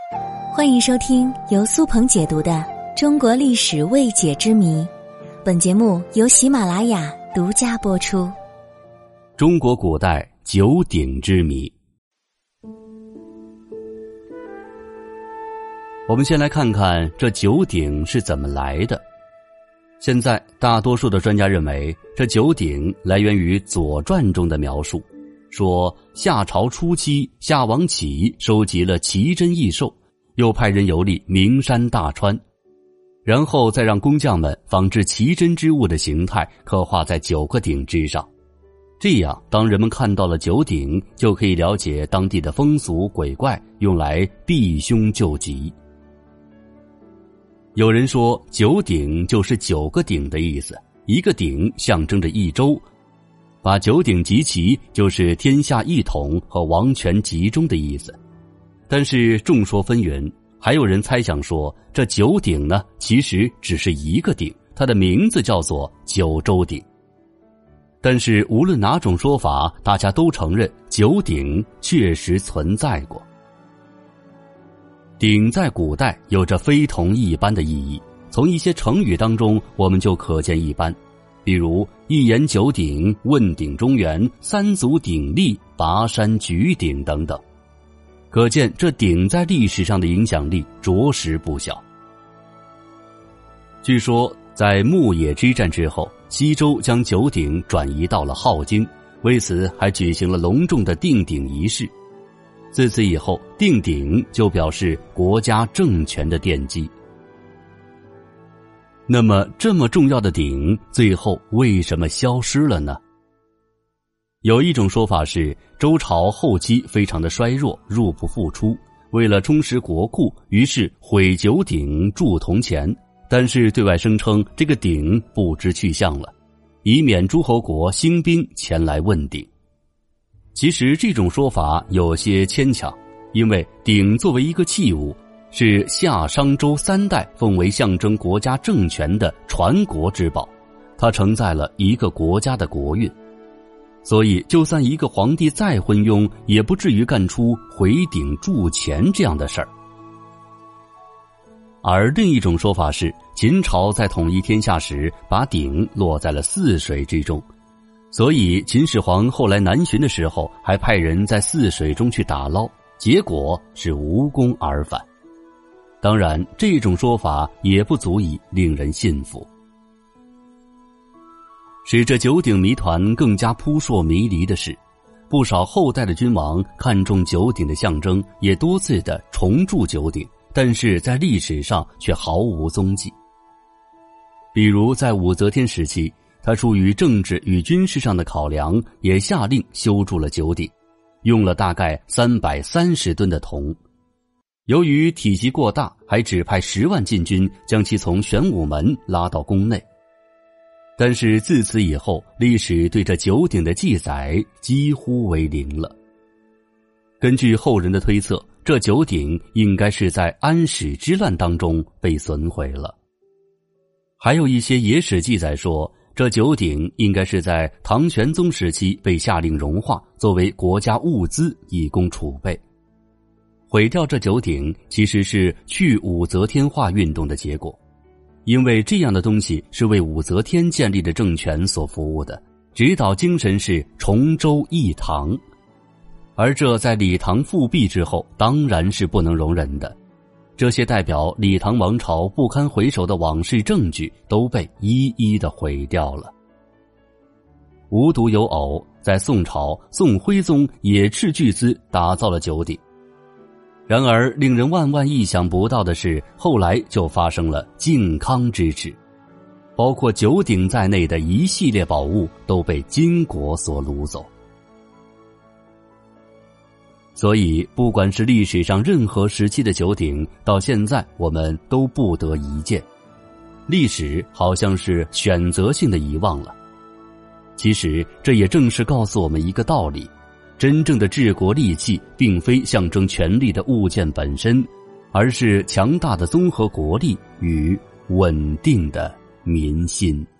欢迎收听由苏鹏解读的《中国历史未解之谜》，本节目由喜马拉雅独家播出。 中国古代九鼎之谜。我们先来看看这九鼎是怎么来的。现在大多数的专家认为，这九鼎来源于《左传》中的描述，说夏朝初期夏王启收集了奇珍异兽，又派人游历名山大川，然后再让工匠们仿制奇珍之物的形态刻画在9个鼎之上。这样当人们看到了九鼎，就可以了解当地的风俗鬼怪，用来避凶救急。有人说九鼎就是9个鼎的意思，一个鼎象征着一州，把九鼎集齐就是天下一统和王权集中的意思。但是众说纷纭，还有人猜想说这九鼎呢其实只是一个鼎，它的名字叫做九州鼎。但是无论哪种说法，大家都承认九鼎确实存在过。鼎在古代有着非同一般的意义，从一些成语当中我们就可见一斑，比如一言九鼎、问鼎中原、三足鼎立、拔山举鼎等等，可见这鼎在历史上的影响力着实不小。据说在牧野之战之后，西周将九鼎转移到了镐京，为此还举行了隆重的定鼎仪式。自此以后，定鼎就表示国家政权的奠基。那么这么重要的鼎最后为什么消失了呢？有一种说法是周朝后期非常的衰弱，入不敷出，为了充实国库，于是毁九鼎铸铜钱，但是对外声称这个鼎不知去向了，以免诸侯国兴兵前来问鼎。其实这种说法有些牵强，因为鼎作为一个器物，是夏商周3代奉为象征国家政权的传国之宝，它承载了一个国家的国运，所以就算一个皇帝再昏庸，也不至于干出毁鼎铸钱这样的事儿。而另一种说法是，秦朝在统一天下时，把鼎落在了泗水之中，所以秦始皇后来南巡的时候，还派人在泗水中去打捞，结果是无功而返。当然，这种说法也不足以令人信服。使这九鼎谜团更加扑朔迷离的是，不少后代的君王看重九鼎的象征，也多次的重铸九鼎，但是在历史上却毫无踪迹。比如在武则天时期，他出于政治与军事上的考量，也下令修筑了九鼎，用了大概330吨的铜。由于体积过大，还指派10万禁军将其从玄武门拉到宫内。但是自此以后，历史对这九鼎的记载几乎为零了。根据后人的推测，这九鼎应该是在安史之乱当中被损毁了。还有一些野史记载说，这九鼎应该是在唐玄宗时期被下令融化，作为国家物资以供储备。毁掉这九鼎其实是去武则天化运动的结果，因为这样的东西是为武则天建立的政权所服务的，指导精神是重周抑唐，而这在李唐复辟之后当然是不能容忍的。这些代表李唐王朝不堪回首的往事证据都被一一的毁掉了。无独有偶，在宋朝，宋徽宗也斥巨资打造了九鼎。然而令人万万意想不到的是，后来就发生了靖康之耻，包括九鼎在内的一系列宝物都被金国所掳走。所以不管是历史上任何时期的九鼎，到现在我们都不得一见，历史好像是选择性的遗忘了。其实这也正是告诉我们一个道理，真正的治国利器并非象征权力的物件本身，而是强大的综合国力与稳定的民心。